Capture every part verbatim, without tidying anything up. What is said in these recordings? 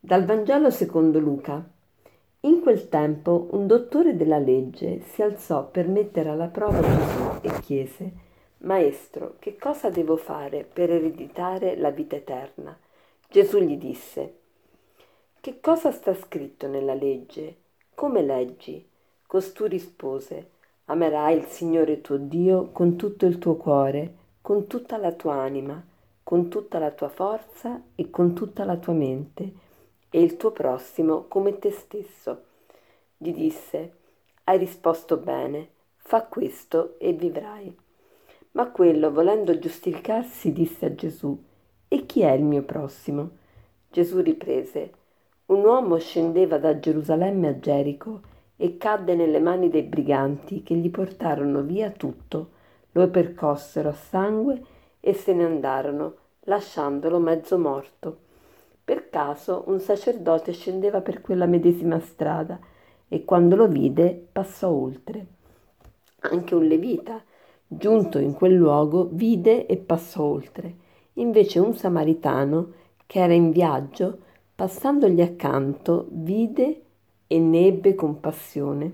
Dal Vangelo secondo Luca. In quel tempo un dottore della legge si alzò per mettere alla prova Gesù e chiese: Maestro, che cosa devo fare per ereditare la vita eterna? Gesù gli disse: Che cosa sta scritto nella legge? Come leggi? Costui rispose: Amerai il Signore tuo Dio con tutto il tuo cuore, con tutta la tua anima, con tutta la tua forza e con tutta la tua mente, e il tuo prossimo come te stesso. Gli disse: Hai risposto bene, fa questo e vivrai. Ma quello, volendo giustificarsi, disse a Gesù: E chi è il mio prossimo? Gesù riprese: Un uomo scendeva da Gerusalemme a Gerico e cadde nelle mani dei briganti, che gli portarono via tutto, lo percossero a sangue e se ne andarono, lasciandolo mezzo morto. Per caso un sacerdote scendeva per quella medesima strada e quando lo vide passò oltre. Anche un levita, giunto in quel luogo, vide e passò oltre. Invece un samaritano, che era in viaggio, passandogli accanto, vide e ne ebbe compassione.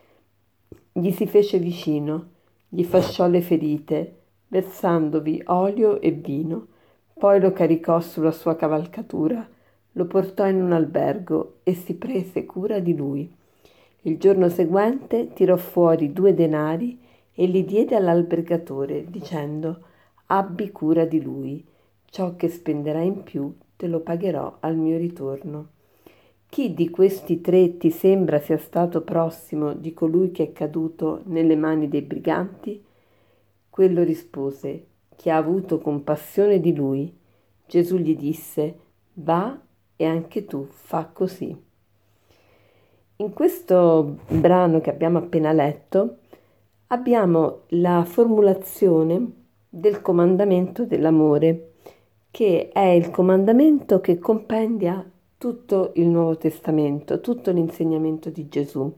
Gli si fece vicino, gli fasciò le ferite, versandovi olio e vino. Poi lo caricò sulla sua cavalcatura, lo portò in un albergo e si prese cura di lui. Il giorno seguente tirò fuori due denari e li diede all'albergatore, dicendo: Abbi cura di lui, ciò che spenderai in più te lo pagherò al mio ritorno. Chi di questi tre ti sembra sia stato prossimo di colui che è caduto nelle mani dei briganti? Quello rispose: Chi ha avuto compassione di lui. Gesù gli disse: Va e anche tu fa così. In questo brano che abbiamo appena letto abbiamo la formulazione del comandamento dell'amore, che è il comandamento che compendia tutto il Nuovo Testamento, tutto l'insegnamento di Gesù.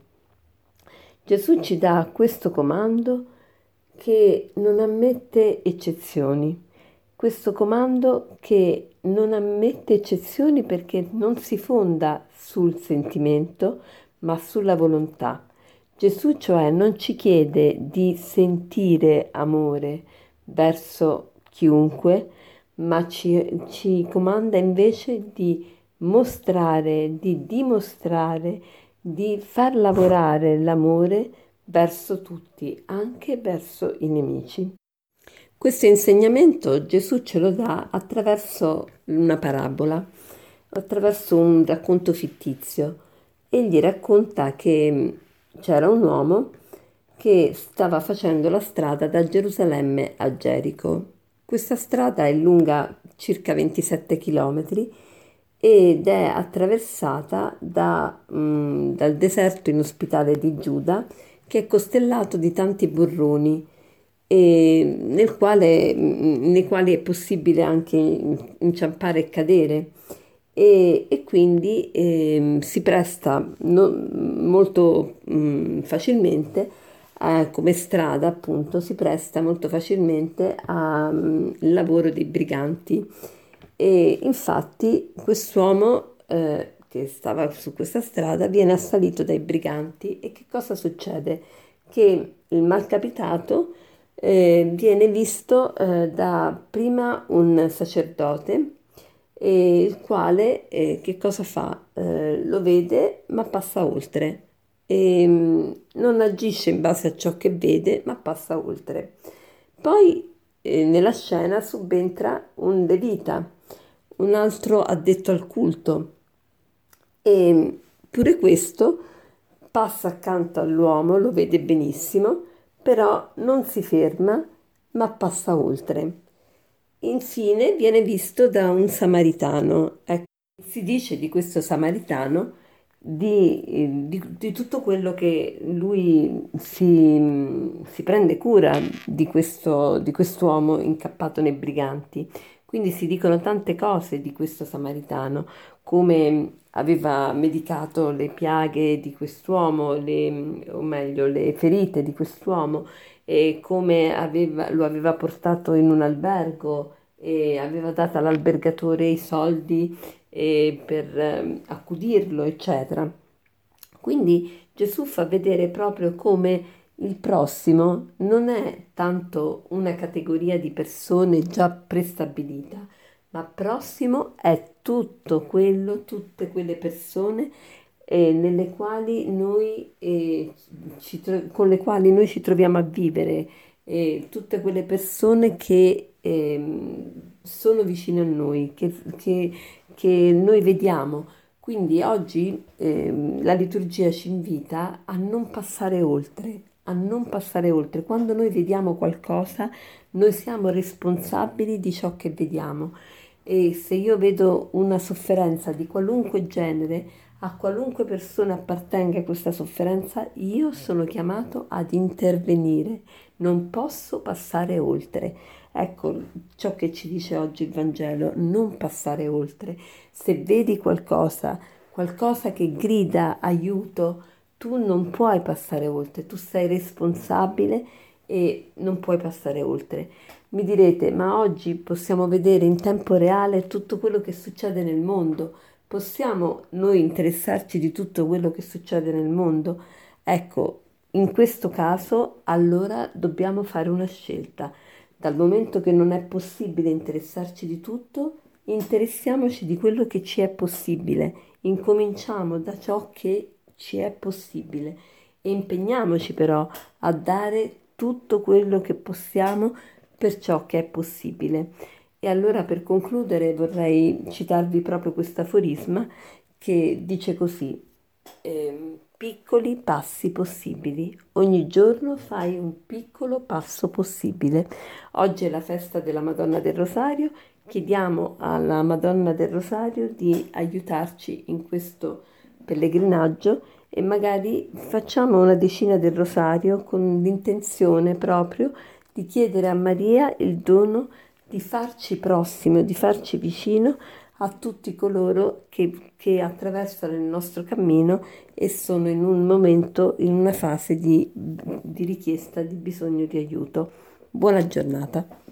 Gesù ci dà questo comando che non ammette eccezioni, questo comando che non ammette eccezioni perché non si fonda sul sentimento, ma sulla volontà. Gesù, cioè, non ci chiede di sentire amore verso chiunque, ma ci, ci comanda invece di mostrare, di dimostrare, di far lavorare l'amore verso tutti, anche verso i nemici. Questo insegnamento Gesù ce lo dà attraverso una parabola, attraverso un racconto fittizio. Egli racconta che c'era un uomo che stava facendo la strada da Gerusalemme a Gerico. Questa strada è lunga circa ventisette chilometri ed è attraversata da, mm, dal deserto inospitale di Giuda, che è costellato di tanti burroni, e nel quale, nei quali è possibile anche inciampare e cadere. E, e quindi eh, si presta no, molto mh, facilmente, eh, come strada appunto, si presta molto facilmente al lavoro dei briganti. E infatti quest'uomo eh, che stava su questa strada viene assalito dai briganti. E che cosa succede? Che il malcapitato eh, viene visto eh, da prima un sacerdote, e il quale eh, che cosa fa? Eh, lo vede ma passa oltre. E, mm, non agisce in base a ciò che vede ma passa oltre. Poi eh, nella scena subentra un levita, un altro addetto al culto, e pure questo passa accanto all'uomo, lo vede benissimo, però non si ferma, ma passa oltre. Infine viene visto da un samaritano. Ecco, si dice di questo samaritano di, eh, di- di tutto quello che lui si, si prende cura di questo, di quest'uomo incappato nei briganti. Quindi si dicono tante cose di questo samaritano, come aveva medicato le piaghe di quest'uomo, le- o meglio, le ferite di quest'uomo, e come aveva- lo aveva portato in un albergo e aveva dato all'albergatore i soldi e per eh, accudirlo, eccetera. Quindi Gesù fa vedere proprio come il prossimo non è tanto una categoria di persone già prestabilita, ma prossimo è tutto quello, tutte quelle persone eh, nelle quali noi, eh, ci tro- con le quali noi ci troviamo a vivere, eh, tutte quelle persone che ehm, sono vicine a noi, che, che- che noi vediamo. Quindi oggi ehm, la liturgia ci invita a non passare oltre, a non passare oltre. Quando noi vediamo qualcosa, noi siamo responsabili di ciò che vediamo. E se io vedo una sofferenza di qualunque genere, a qualunque persona appartenga questa sofferenza, io sono chiamato ad intervenire, non posso passare oltre. Ecco ciò che ci dice oggi il Vangelo, non passare oltre. Se vedi qualcosa, qualcosa che grida aiuto, tu non puoi passare oltre, tu sei responsabile e non puoi passare oltre. Mi direte, ma oggi possiamo vedere in tempo reale tutto quello che succede nel mondo? Possiamo noi interessarci di tutto quello che succede nel mondo? Ecco, in questo caso allora dobbiamo fare una scelta. Dal momento che non è possibile interessarci di tutto, interessiamoci di quello che ci è possibile. Incominciamo da ciò che ci è possibile e impegniamoci però a dare tutto quello che possiamo per ciò che è possibile. E allora per concludere vorrei citarvi proprio questo aforisma che dice così, ehm, piccoli passi possibili, ogni giorno fai un piccolo passo possibile. Oggi è la festa della Madonna del Rosario, chiediamo alla Madonna del Rosario di aiutarci in questo pellegrinaggio e magari facciamo una decina del Rosario con l'intenzione proprio di chiedere a Maria il dono di farci prossimo, di farci vicino a tutti coloro che, che attraversano il nostro cammino e sono in un momento, in una fase di, di richiesta, di bisogno di aiuto. Buona giornata.